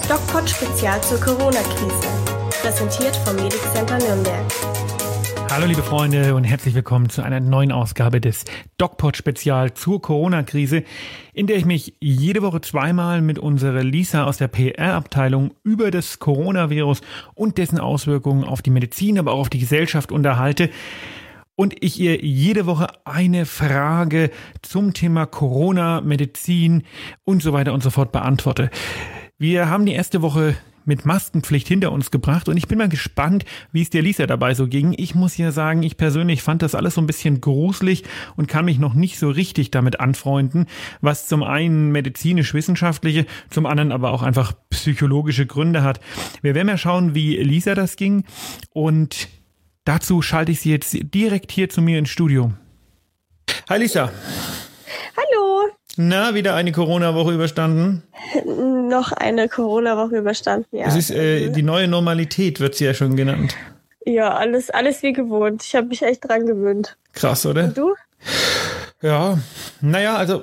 DocPod-Spezial zur Corona-Krise. Präsentiert vom Medic Center Nürnberg. Hallo liebe Freunde und herzlich willkommen zu einer neuen Ausgabe des DocPod-Spezial zur Corona-Krise, in der ich mich jede Woche zweimal mit unserer Lisa aus der PR-Abteilung über das Coronavirus und dessen Auswirkungen auf die Medizin, aber auch auf die Gesellschaft unterhalte. Und ich ihr jede Woche eine Frage zum Thema Corona, Medizin und so weiter und so fort beantworte. Wir haben die erste Woche mit Maskenpflicht hinter uns gebracht und ich bin mal gespannt, wie es der Lisa dabei so ging. Ich muss ja sagen, ich persönlich fand das alles so ein bisschen gruselig und kann mich noch nicht so richtig damit anfreunden, was zum einen medizinisch-wissenschaftliche, zum anderen aber auch einfach psychologische Gründe hat. Wir werden mal schauen, wie Lisa das ging und dazu schalte ich sie jetzt direkt hier zu mir ins Studio. Hi Lisa. Hallo. Na, wieder eine Corona-Woche überstanden? Noch eine Corona-Woche überstanden, ja. Es ist die neue Normalität, wird sie ja schon genannt. Ja, alles wie gewohnt. Ich habe mich echt dran gewöhnt. Krass, oder? Und du? Ja, naja, also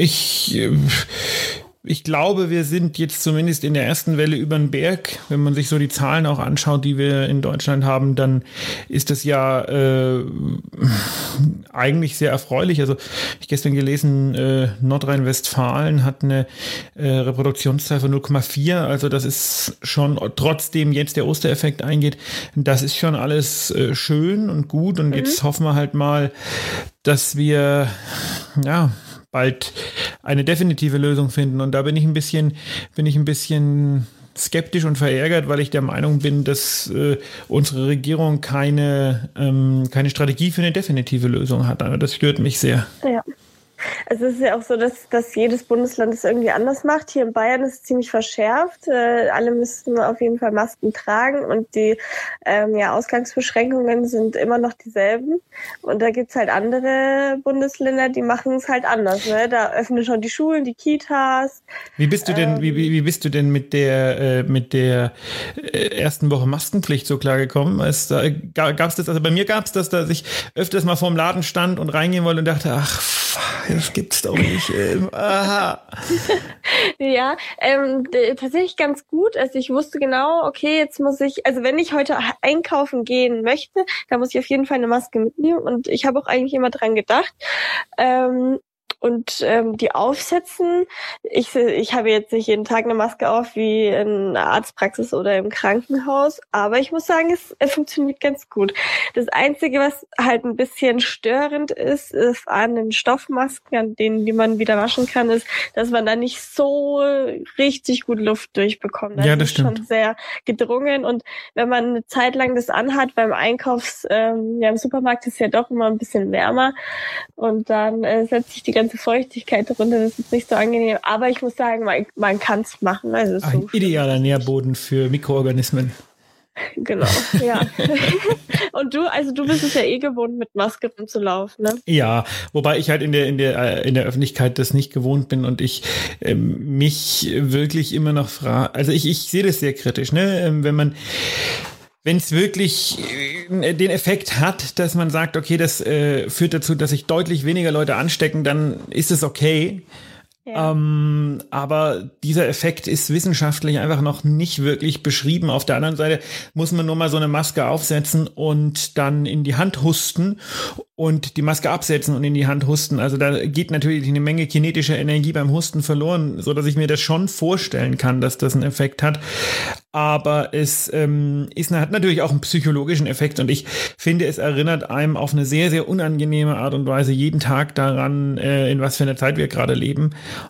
ich glaube, wir sind jetzt zumindest in der ersten Welle über den Berg. Wenn man sich so die Zahlen auch anschaut, die wir in Deutschland haben, dann ist das ja eigentlich sehr erfreulich. Also ich gestern gelesen, Nordrhein-Westfalen hat eine Reproduktionszahl von 0,4. Also das ist schon, trotzdem jetzt der Ostereffekt eingeht, das ist schon alles schön und gut. Und jetzt hoffen wir halt mal, dass wir, ja, bald eine definitive Lösung finden. Und da bin ich ein bisschen skeptisch und verärgert, weil ich der Meinung bin, dass unsere Regierung keine Strategie für eine definitive Lösung hat. Also das stört mich sehr. Ja. Also es ist ja auch so, dass jedes Bundesland es irgendwie anders macht. Hier in Bayern ist es ziemlich verschärft. Alle müssen auf jeden Fall Masken tragen und die Ausgangsbeschränkungen sind immer noch dieselben. Und da gibt's halt andere Bundesländer, die machen es halt anders. Ne? Da öffnen schon die Schulen, die Kitas. Wie bist du denn, wie bist du denn mit der ersten Woche Maskenpflicht so klargekommen? Gab's das? Also bei mir gab's das, dass ich öfters mal vorm Laden stand und reingehen wollte und dachte, ach, das gibt's doch nicht. Aha. Ja, tatsächlich ganz gut. Also ich wusste genau, okay, jetzt muss ich, also wenn ich heute einkaufen gehen möchte, dann muss ich auf jeden Fall eine Maske mitnehmen und ich habe auch eigentlich immer dran gedacht. Und die aufsetzen, ich habe jetzt nicht jeden Tag eine Maske auf wie in einer Arztpraxis oder im Krankenhaus, aber ich muss sagen, es funktioniert ganz gut. Das Einzige, was halt ein bisschen störend ist an den Stoffmasken, an denen, die man wieder waschen kann, ist, dass man da nicht so richtig gut Luft durchbekommt. Ja, das stimmt. Ist schon sehr gedrungen und wenn man eine Zeit lang das anhat beim im Supermarkt ist ja doch immer ein bisschen wärmer und dann setzt sich die ganze Feuchtigkeit drunter, das ist nicht so angenehm. Aber ich muss sagen, man kann es machen. Also ein so idealer Nährboden für Mikroorganismen. Genau, ja. Und du bist es ja gewohnt, mit Maske rumzulaufen, ne? Ja, wobei ich halt in der Öffentlichkeit das nicht gewohnt bin und ich mich wirklich immer noch frage, also ich sehe das sehr kritisch, ne? Wenn es wirklich den Effekt hat, dass man sagt, okay, das führt dazu, dass sich deutlich weniger Leute anstecken, dann ist es okay. Ja. Aber dieser Effekt ist wissenschaftlich einfach noch nicht wirklich beschrieben. Auf der anderen Seite muss man nur mal so eine Maske aufsetzen und dann in die Hand husten und die Maske absetzen und in die Hand husten. Also da geht natürlich eine Menge kinetischer Energie beim Husten verloren, so dass ich mir das schon vorstellen kann, dass das einen Effekt hat. Aber es hat natürlich auch einen psychologischen Effekt und ich finde, es erinnert einem auf eine sehr, sehr unangenehme Art und Weise jeden Tag daran, in was für einer Zeit wir gerade leben.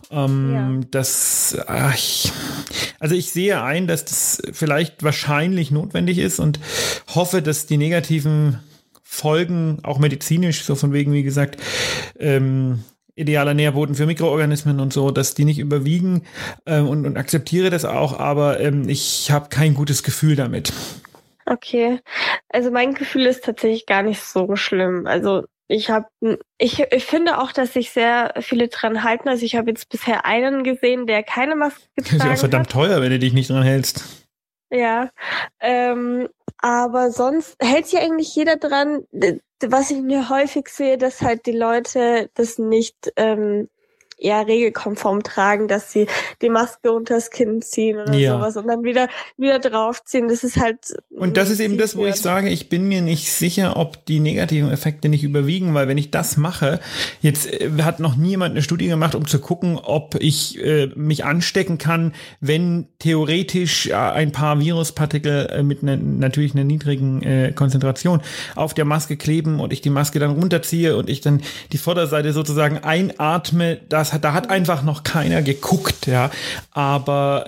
Ich sehe ein, dass das vielleicht wahrscheinlich notwendig ist und hoffe, dass die negativen Folgen, auch medizinisch, so von wegen, wie gesagt, idealer Nährboden für Mikroorganismen und so, dass die nicht überwiegen und akzeptiere das auch, aber ich habe kein gutes Gefühl damit. Okay, also mein Gefühl ist tatsächlich gar nicht so schlimm. Also ich finde auch, dass sich sehr viele dran halten. Also ich habe jetzt bisher einen gesehen, der keine Maske getragen hat. Das ist ja auch verdammt teuer, wenn du dich nicht dran hältst. Ja, aber sonst hält sich eigentlich jeder dran. Was ich mir häufig sehe, dass halt die Leute das nicht eher regelkonform tragen, dass sie die Maske unters Kinn ziehen oder sowas und dann wieder draufziehen. Das ist halt. Und das ist eben das, wo ich sage, ich bin mir nicht sicher, ob die negativen Effekte nicht überwiegen, weil wenn ich das mache, jetzt hat noch niemand eine Studie gemacht, um zu gucken, ob ich mich anstecken kann, wenn theoretisch ein paar Viruspartikel mit natürlich einer niedrigen Konzentration auf der Maske kleben und ich die Maske dann runterziehe und ich dann die Vorderseite sozusagen einatme. Da hat einfach noch keiner geguckt, ja. Aber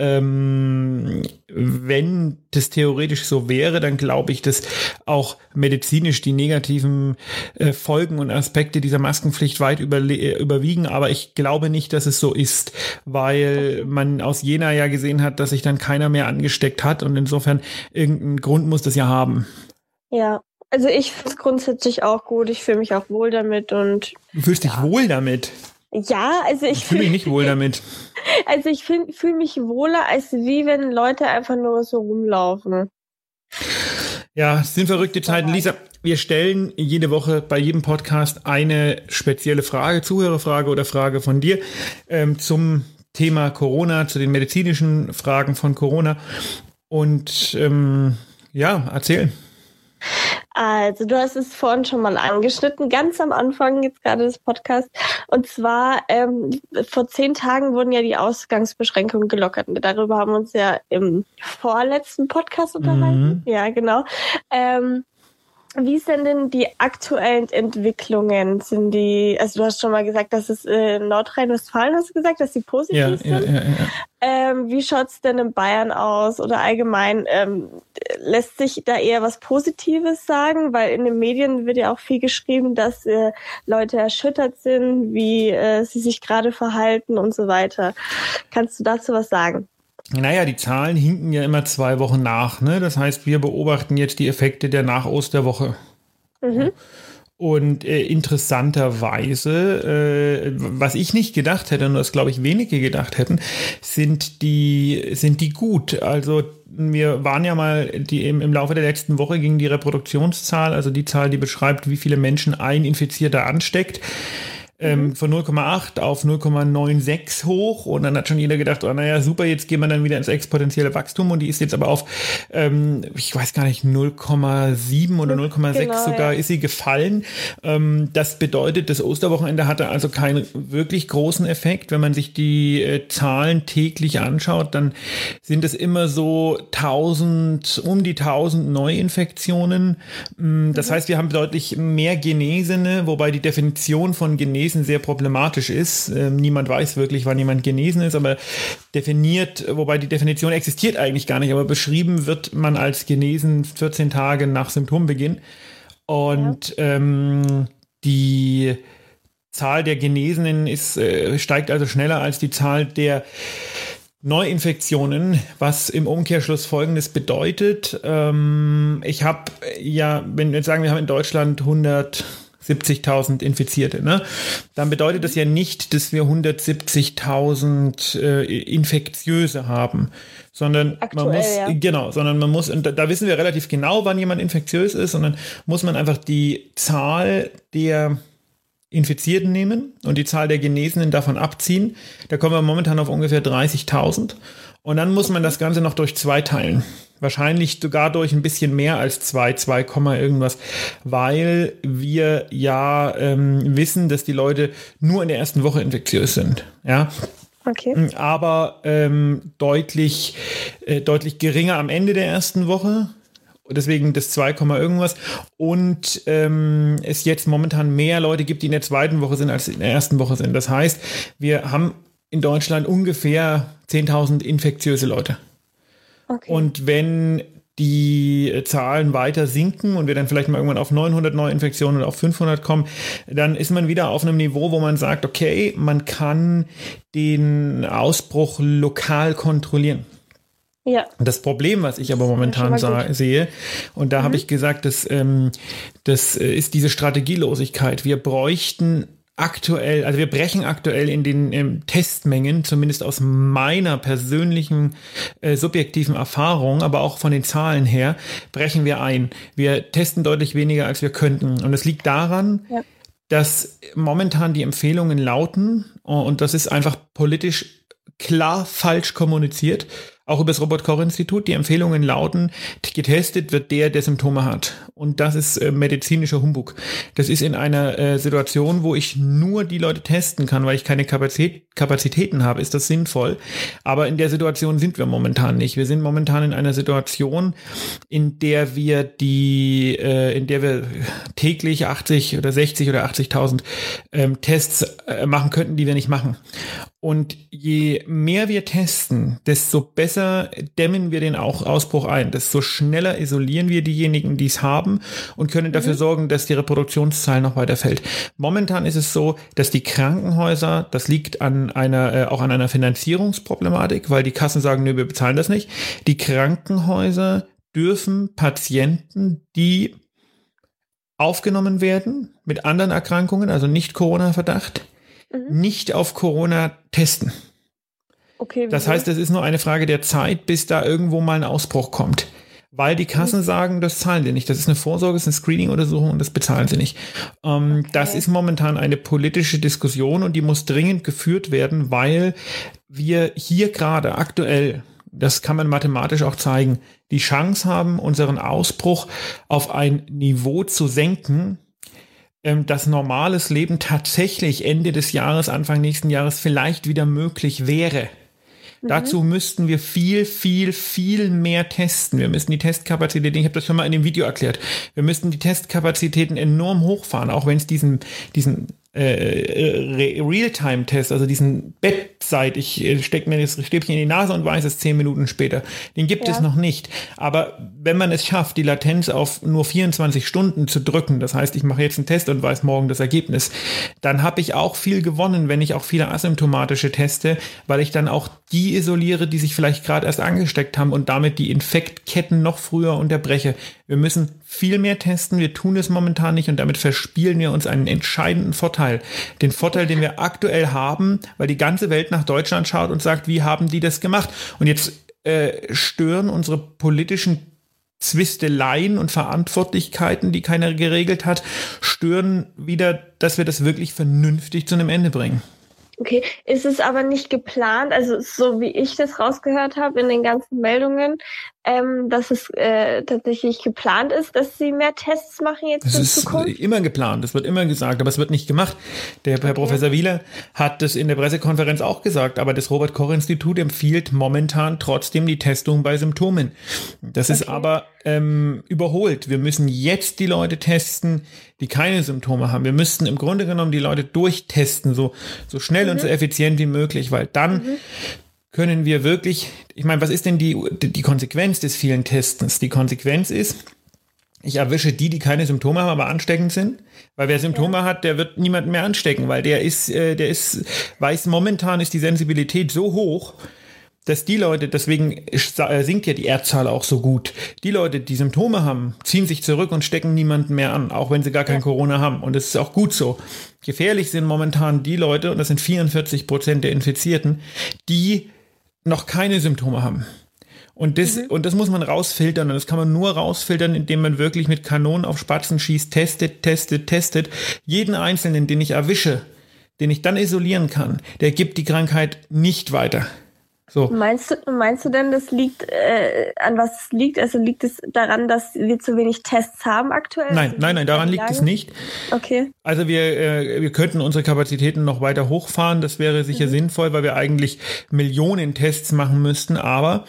wenn das theoretisch so wäre, dann glaube ich, dass auch medizinisch die negativen Folgen und Aspekte dieser Maskenpflicht weit überwiegen. Aber ich glaube nicht, dass es so ist, weil man aus Jena ja gesehen hat, dass sich dann keiner mehr angesteckt hat und insofern irgendein Grund muss das ja haben. Ja. Also ich finde es grundsätzlich auch gut. Ich fühle mich auch wohl damit und. Du fühlst dich wohl damit? Ja, also ich fühle mich nicht wohl damit. Also ich fühle mich wohler, als wie wenn Leute einfach nur so rumlaufen. Ja, es sind verrückte Zeiten. Lisa, wir stellen jede Woche bei jedem Podcast eine spezielle Frage, Zuhörerfrage oder Frage von dir zum Thema Corona, zu den medizinischen Fragen von Corona. Und erzähl. Also du hast es vorhin schon mal angeschnitten, ganz am Anfang jetzt gerade des Podcasts. Und zwar vor 10 Tagen wurden ja die Ausgangsbeschränkungen gelockert. Darüber haben wir uns ja im vorletzten Podcast unterhalten. Ja, genau. Wie sind denn die aktuellen Entwicklungen? Also du hast schon mal gesagt, dass es in Nordrhein-Westfalen, hast du gesagt, dass sie positiv sind? Ja. Wie schaut's denn in Bayern aus oder allgemein? Lässt sich da eher was Positives sagen? Weil in den Medien wird ja auch viel geschrieben, dass Leute erschüttert sind, wie sie sich gerade verhalten und so weiter. Kannst du dazu was sagen? Naja, die Zahlen hinken ja immer 2 Wochen nach, ne? Das heißt, wir beobachten jetzt die Effekte der Nach-Osterwoche. Und interessanterweise, was ich nicht gedacht hätte, und das glaube ich wenige gedacht hätten, sind die gut. Also wir waren ja mal, im Laufe der letzten Woche ging die Reproduktionszahl, also die Zahl, die beschreibt, wie viele Menschen ein Infizierter ansteckt, von 0,8 auf 0,96 hoch und dann hat schon jeder gedacht, oh naja, super, jetzt gehen wir dann wieder ins exponentielle Wachstum und die ist jetzt aber auf, ich weiß gar nicht, 0,7 oder 0,6 sogar ist sie gefallen. Das bedeutet, das Osterwochenende hatte also keinen wirklich großen Effekt. Wenn man sich die Zahlen täglich anschaut, dann sind es immer so um die 1000 Neuinfektionen. Das heißt, wir haben deutlich mehr Genesene, wobei die Definition von Genesen sehr problematisch ist. Niemand weiß wirklich, wann jemand genesen ist, aber wobei die Definition existiert eigentlich gar nicht, aber beschrieben wird man als genesen 14 Tage nach Symptombeginn. Und die Zahl der Genesenen steigt also schneller als die Zahl der Neuinfektionen, was im Umkehrschluss Folgendes bedeutet. Ich habe wenn wir jetzt sagen, wir haben in Deutschland 170.000 Infizierte, ne? Dann bedeutet das ja nicht, dass wir 170.000 Infektiöse haben, sondern man muss, und da wissen wir relativ genau, wann jemand infektiös ist, und dann muss man einfach die Zahl der Infizierten nehmen und die Zahl der Genesenen davon abziehen. Da kommen wir momentan auf ungefähr 30.000. Und dann muss man das Ganze noch durch 2 teilen. Wahrscheinlich sogar durch ein bisschen mehr als 2 irgendwas, weil wir wissen, dass die Leute nur in der ersten Woche infektiös sind. Ja. Okay. Aber deutlich geringer am Ende der ersten Woche. Deswegen das 2, irgendwas. Und es jetzt momentan mehr Leute gibt, die in der zweiten Woche sind, als in der ersten Woche sind. Das heißt, wir haben in Deutschland ungefähr 10.000 infektiöse Leute. Okay. Und wenn die Zahlen weiter sinken und wir dann vielleicht mal irgendwann auf 900 Neuinfektionen oder auf 500 kommen, dann ist man wieder auf einem Niveau, wo man sagt, okay, man kann den Ausbruch lokal kontrollieren. Ja. Das Problem, was ich aber momentan sehe, und da habe ich gesagt, das ist diese Strategielosigkeit. Wir bräuchten wir brechen aktuell in den Testmengen, zumindest aus meiner persönlichen subjektiven Erfahrung, aber auch von den Zahlen her, brechen wir ein. Wir testen deutlich weniger, als wir könnten. Und es liegt daran, dass momentan die Empfehlungen lauten, und das ist einfach politisch klar falsch kommuniziert, auch über das Robert-Koch-Institut, die Empfehlungen lauten, getestet wird der Symptome hat. Und das ist medizinischer Humbug. Das ist in einer Situation, wo ich nur die Leute testen kann, weil ich keine Kapazitäten habe, ist das sinnvoll. Aber in der Situation sind wir momentan nicht. Wir sind momentan in einer Situation, in der wir täglich 80 oder 60 oder 80.000 Tests machen könnten, die wir nicht machen. Und je mehr wir testen, desto besser dämmen wir den Ausbruch ein, desto schneller isolieren wir diejenigen, die es haben und können dafür sorgen, dass die Reproduktionszahl noch weiter fällt. Momentan ist es so, dass die Krankenhäuser, das liegt an einer Finanzierungsproblematik, weil die Kassen sagen, nö, wir bezahlen das nicht. Die Krankenhäuser dürfen Patienten, die aufgenommen werden mit anderen Erkrankungen, also nicht Corona-Verdacht, nicht auf Corona testen. Okay, das heißt, es ist nur eine Frage der Zeit, bis da irgendwo mal ein Ausbruch kommt. Weil die Kassen sagen, das zahlen sie nicht. Das ist eine Vorsorge, das ist eine Screening-Untersuchung und das bezahlen sie nicht. Das ist momentan eine politische Diskussion und die muss dringend geführt werden, weil wir hier gerade aktuell, das kann man mathematisch auch zeigen, die Chance haben, unseren Ausbruch auf ein Niveau zu senken, dass normales Leben tatsächlich Ende des Jahres, Anfang nächsten Jahres vielleicht wieder möglich wäre. Dazu müssten wir viel, viel, viel mehr testen. Wir müssen die Testkapazitäten, ich habe das schon mal in dem Video erklärt, wir müssten die Testkapazitäten enorm hochfahren, auch wenn es diesen Realtime-Test, also diesen Bettzeit, ich stecke mir das Stäbchen in die Nase und weiß es 10 Minuten später, den gibt es noch nicht. Aber wenn man es schafft, die Latenz auf nur 24 Stunden zu drücken, das heißt, ich mache jetzt einen Test und weiß morgen das Ergebnis, dann habe ich auch viel gewonnen, wenn ich auch viele asymptomatische teste, weil ich dann auch die isoliere, die sich vielleicht gerade erst angesteckt haben und damit die Infektketten noch früher unterbreche. Wir müssen viel mehr testen, wir tun es momentan nicht und damit verspielen wir uns einen entscheidenden Vorteil. Den Vorteil, den wir aktuell haben, weil die ganze Welt nach Deutschland schaut und sagt, wie haben die das gemacht? Und jetzt stören unsere politischen Zwisteleien und Verantwortlichkeiten, die keiner geregelt hat, stören wieder, dass wir das wirklich vernünftig zu einem Ende bringen. Okay, ist es aber nicht geplant, also so wie ich das rausgehört habe in den ganzen Meldungen, dass es tatsächlich geplant ist, dass sie mehr Tests machen jetzt in Zukunft? Das ist immer geplant, das wird immer gesagt, aber es wird nicht gemacht. Der Herr Professor Wieler hat das in der Pressekonferenz auch gesagt, aber das Robert-Koch-Institut empfiehlt momentan trotzdem die Testung bei Symptomen. Das ist aber überholt. Wir müssen jetzt die Leute testen, die keine Symptome haben. Wir müssten im Grunde genommen die Leute durchtesten, so schnell und so effizient wie möglich, weil dann können wir wirklich, ich meine, was ist denn die Konsequenz des vielen Testens? Die Konsequenz ist, ich erwische die keine Symptome haben, aber ansteckend sind, weil wer Symptome hat, der wird niemanden mehr anstecken, weil momentan ist die Sensibilität so hoch, dass die Leute, deswegen sinkt ja die R-Zahl auch so gut, die Leute, die Symptome haben, ziehen sich zurück und stecken niemanden mehr an, auch wenn sie gar kein Corona haben. Und das ist auch gut so. Gefährlich sind momentan die Leute, und das sind 44% der Infizierten, die noch keine Symptome haben. Und das muss man rausfiltern. Und das kann man nur rausfiltern, indem man wirklich mit Kanonen auf Spatzen schießt, testet. Jeden Einzelnen, den ich erwische, den ich dann isolieren kann, der gibt die Krankheit nicht weiter. So. Meinst du denn, das liegt, an was es liegt? Also liegt es daran, dass wir zu wenig Tests haben aktuell? Nein, daran liegt es nicht. Okay. Also wir könnten unsere Kapazitäten noch weiter hochfahren. Das wäre sicher sinnvoll, weil wir eigentlich Millionen Tests machen müssten. Aber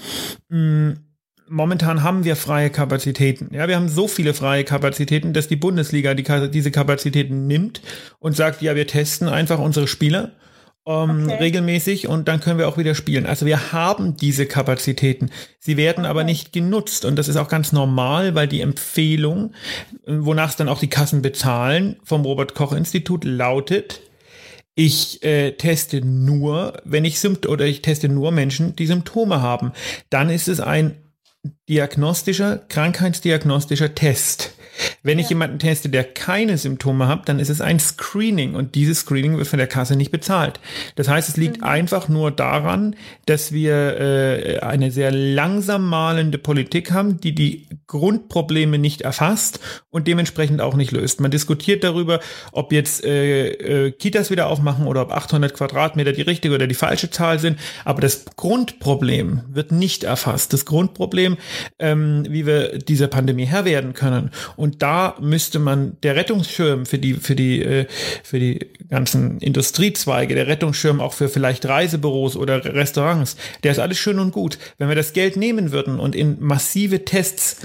momentan haben wir freie Kapazitäten. Ja, wir haben so viele freie Kapazitäten, dass die Bundesliga diese Kapazitäten nimmt und sagt, ja, wir testen einfach unsere Spieler. Regelmäßig und dann können wir auch wieder spielen. Also wir haben diese Kapazitäten. Sie werden aber nicht genutzt und das ist auch ganz normal, weil die Empfehlung, wonach es dann auch die Kassen bezahlen, vom Robert-Koch-Institut lautet, ich teste nur, ich teste nur Menschen, die Symptome haben. Dann ist es ein krankheitsdiagnostischer Test. Wenn ich jemanden teste, der keine Symptome hat, dann ist es ein Screening und dieses Screening wird von der Kasse nicht bezahlt. Das heißt, es liegt einfach nur daran, dass wir eine sehr langsam malende Politik haben, die die Grundprobleme nicht erfasst und dementsprechend auch nicht löst. Man diskutiert darüber, ob jetzt Kitas wieder aufmachen oder ob 800 Quadratmeter die richtige oder die falsche Zahl sind, aber das Grundproblem wird nicht erfasst. Das Grundproblem, wie wir dieser Pandemie Herr werden können. Und da müsste man der Rettungsschirm für die ganzen Industriezweige, der Rettungsschirm auch für vielleicht Reisebüros oder Restaurants, der ist alles schön und gut. Wenn wir das Geld nehmen würden und in massive Tests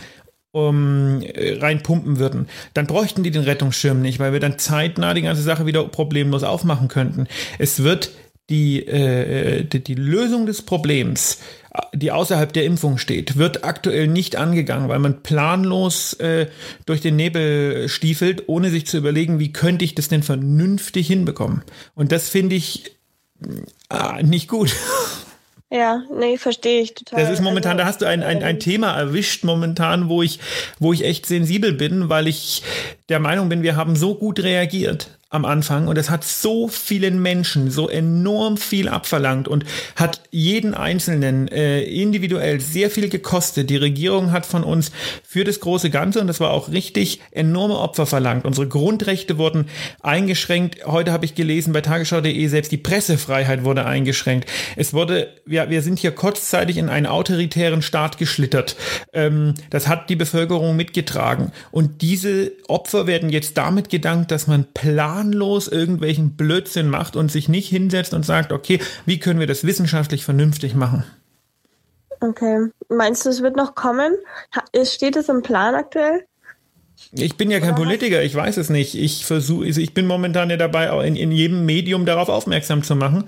reinpumpen würden, dann bräuchten die den Rettungsschirm nicht, weil wir dann zeitnah die ganze Sache wieder problemlos aufmachen könnten. Es wird die Lösung des Problems, die außerhalb der Impfung steht, wird aktuell nicht angegangen, weil man planlos durch den Nebel stiefelt, ohne sich zu überlegen, wie könnte ich das denn vernünftig hinbekommen. Und das finde ich nicht gut. Ja, nee, verstehe ich total. Das ist momentan, da hast du ein Thema erwischt momentan, wo ich echt sensibel bin, weil ich der Meinung bin, wir haben so gut reagiert am Anfang und es hat so vielen Menschen so enorm viel abverlangt und hat jeden Einzelnen individuell sehr viel gekostet. Die Regierung hat von uns für das große Ganze, und das war auch richtig, enorme Opfer verlangt. Unsere Grundrechte wurden eingeschränkt. Heute habe ich gelesen bei tagesschau.de, selbst die Pressefreiheit wurde eingeschränkt. Es wurde, wir sind hier kurzzeitig in einen autoritären Staat geschlittert. Das hat die Bevölkerung mitgetragen. Und diese Opfer werden jetzt damit gedankt, dass man planlos irgendwelchen Blödsinn macht und sich nicht hinsetzt und sagt, okay, wie können wir das wissenschaftlich vernünftig machen? Okay. Meinst du, es wird noch kommen? Steht es im Plan aktuell? Ich bin ja kein Politiker, ich weiß es nicht. Ich bin momentan ja dabei, auch in jedem Medium darauf aufmerksam zu machen.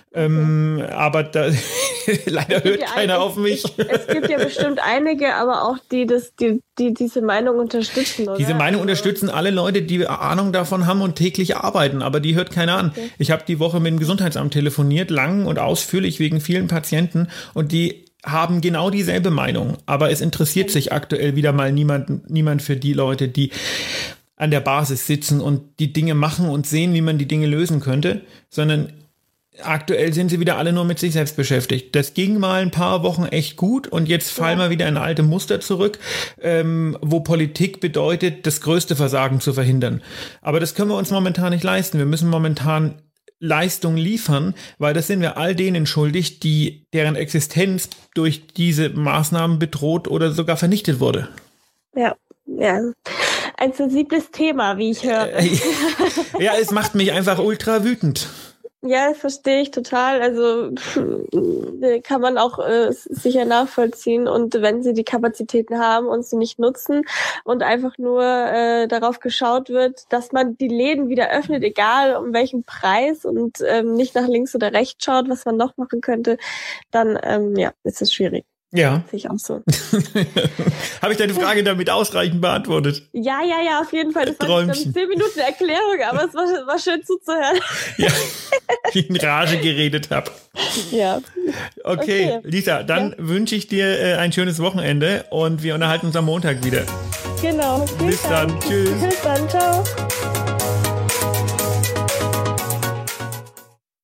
Aber da leider hört keiner auf mich. Es gibt ja bestimmt einige, aber auch die diese Meinung unterstützen, oder? Diese Meinung unterstützen alle Leute, die Ahnung davon haben und täglich arbeiten, aber die hört keiner an. Okay. Ich habe die Woche mit dem Gesundheitsamt telefoniert, lang und ausführlich wegen vielen Patienten, und die haben genau dieselbe Meinung. Aber es interessiert sich aktuell wieder mal niemand für die Leute, die an der Basis sitzen und die Dinge machen und sehen, wie man die Dinge lösen könnte, sondern aktuell sind sie wieder alle nur mit sich selbst beschäftigt. Das ging mal ein paar Wochen echt gut und jetzt fallen wir wieder in alte Muster zurück, wo Politik bedeutet, das größte Versagen zu verhindern. Aber das können wir uns momentan nicht leisten. Wir müssen momentan Leistung liefern, weil das sind wir all denen schuldig, deren Existenz durch diese Maßnahmen bedroht oder sogar vernichtet wurde. Ja. Ein sensibles Thema, wie ich höre. Ja, es macht mich einfach ultra wütend. Ja, das verstehe ich total. Also kann man auch sicher nachvollziehen. Und wenn sie die Kapazitäten haben und sie nicht nutzen und einfach nur darauf geschaut wird, dass man die Läden wieder öffnet, egal um welchen Preis, und nicht nach links oder rechts schaut, was man noch machen könnte, dann ist es schwierig. Ja. Sehe ich auch so. Habe ich deine Frage damit ausreichend beantwortet? Ja, auf jeden Fall. Das war eine 10 Minuten Erklärung, aber es war schön zuzuhören. Ja, wie ich in Rage geredet habe. Ja. Okay, Lisa, dann wünsche ich dir ein schönes Wochenende und wir unterhalten uns am Montag wieder. Genau. Bis dann. Tschüss. Bis dann. Ciao.